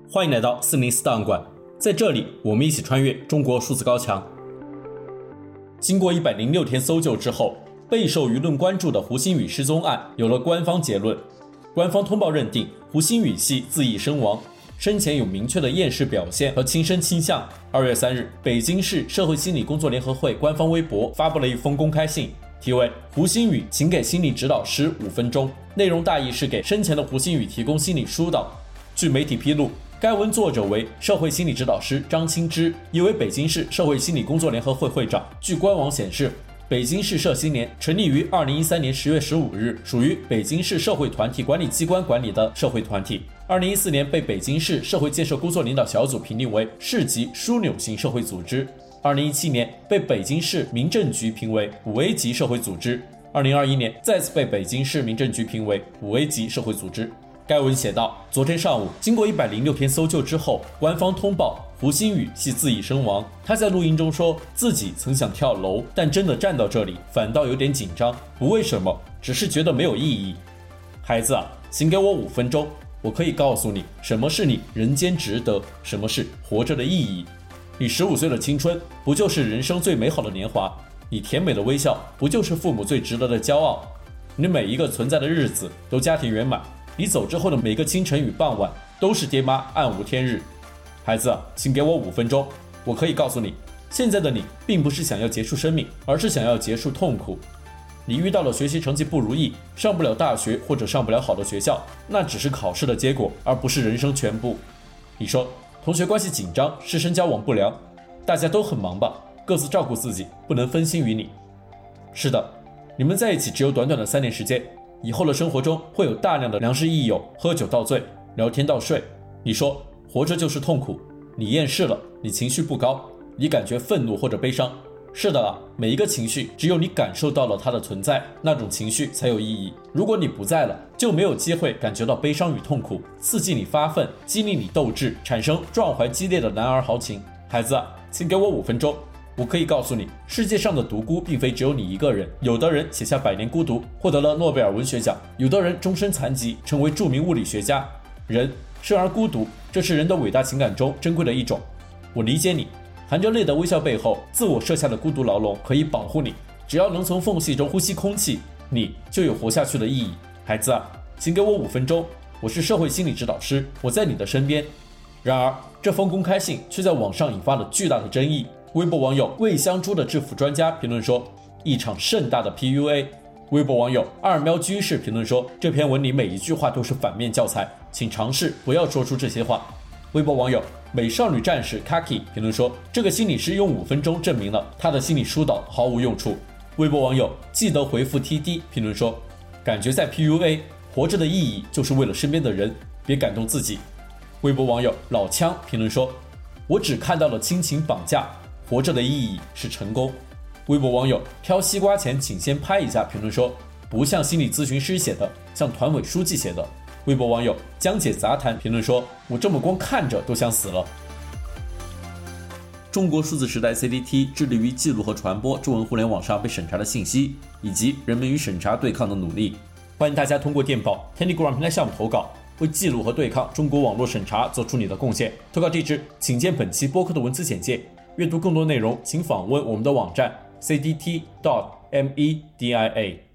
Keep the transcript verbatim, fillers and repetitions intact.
欢迎来到四零四档案馆，在这里我们一起穿越中国数字高墙。经过一百零六天搜救之后，备受舆论关注的胡鑫宇失踪案有了官方结论。官方通报认定胡鑫宇系自缢身亡，生前有明确的厌世表现和轻生倾向。二月三日，北京市社会心理工作联合会官方微博发布了一封公开信，题为胡鑫宇请给心理指导师五分钟，内容大意是给生前的胡鑫宇提供心理疏导。据媒体披露，该文作者为社会心理指导师张清之，也为北京市社会心理工作联合会会长。据官网显示，北京市社心联成立于二零一三年十月十五日，属于北京市社会团体管理机关管理的社会团体。二零一四年被北京市社会建设工作领导小组评定为市级枢纽型社会组织。二零一七年被北京市民政局评为五 A 级社会组织。二零二一年再次被北京市民政局评为五 A 级社会组织。该文写道，昨天上午，经过一百零六天搜救之后，官方通报胡鑫宇系自缢身亡。他在录音中说自己曾想跳楼，但真的站到这里反倒有点紧张，不为什么，只是觉得没有意义。孩子啊，请给我五分钟，我可以告诉你什么是你人间值得，什么是活着的意义。你十五岁的青春不就是人生最美好的年华？你甜美的微笑不就是父母最值得的骄傲？你每一个存在的日子都家庭圆满，你走之后的每个清晨与傍晚都是爹妈暗无天日。孩子，请给我五分钟，我可以告诉你，现在的你并不是想要结束生命，而是想要结束痛苦。你遇到了学习成绩不如意，上不了大学或者上不了好的学校，那只是考试的结果，而不是人生全部。你说同学关系紧张，师生交往不良，大家都很忙吧，各自照顾自己，不能分心于你。是的，你们在一起只有短短的三年时间，以后的生活中会有大量的良师益友，喝酒到醉，聊天到睡。你说活着就是痛苦，你厌世了，你情绪不高，你感觉愤怒或者悲伤。是的啊，每一个情绪只有你感受到了它的存在，那种情绪才有意义。如果你不在了，就没有机会感觉到悲伤与痛苦，刺激你发愤，激励你斗志，产生壮怀激烈的男儿豪情。孩子啊，请给我五分钟，我可以告诉你，世界上的独孤并非只有你一个人。有的人写下《百年孤独》，获得了诺贝尔文学奖；有的人终身残疾，成为著名物理学家。人生而孤独，这是人的伟大情感中珍贵的一种。我理解你，含着泪的微笑背后，自我设下的孤独牢笼可以保护你。只要能从缝隙中呼吸空气，你就有活下去的意义。孩子啊，请给我五分钟，我是社会心理指导师，我在你的身边。然而，这封公开信却在网上引发了巨大的争议。微博网友魏香珠的制服专家评论说，一场盛大的 P U A。 微博网友二喵居士评论说，这篇文里每一句话都是反面教材，请尝试不要说出这些话。微博网友美少女战士 Kaki 评论说，这个心理师用五分钟证明了他的心理疏导毫无用处。微博网友记得回复 T D 评论说，感觉在 P U A， 活着的意义就是为了身边的人，别感动自己。微博网友老枪评论说，我只看到了亲情绑架，活着的意义是成功。微博网友挑西瓜前请先拍一下评论说，不像心理咨询师写的，像团委书记写的。微博网友江姐杂谈评论说，我这么光看着都想死了。中国数字时代 C D T 致力于记录和传播中文互联网上被审查的信息，以及人们与审查对抗的努力。欢迎大家通过电报 Telegram 平台项目投稿，为记录和对抗中国网络审查做出你的贡献。投稿地址请见本期播客的文字简介。阅读更多内容，请访问我们的网站 c d t dot media。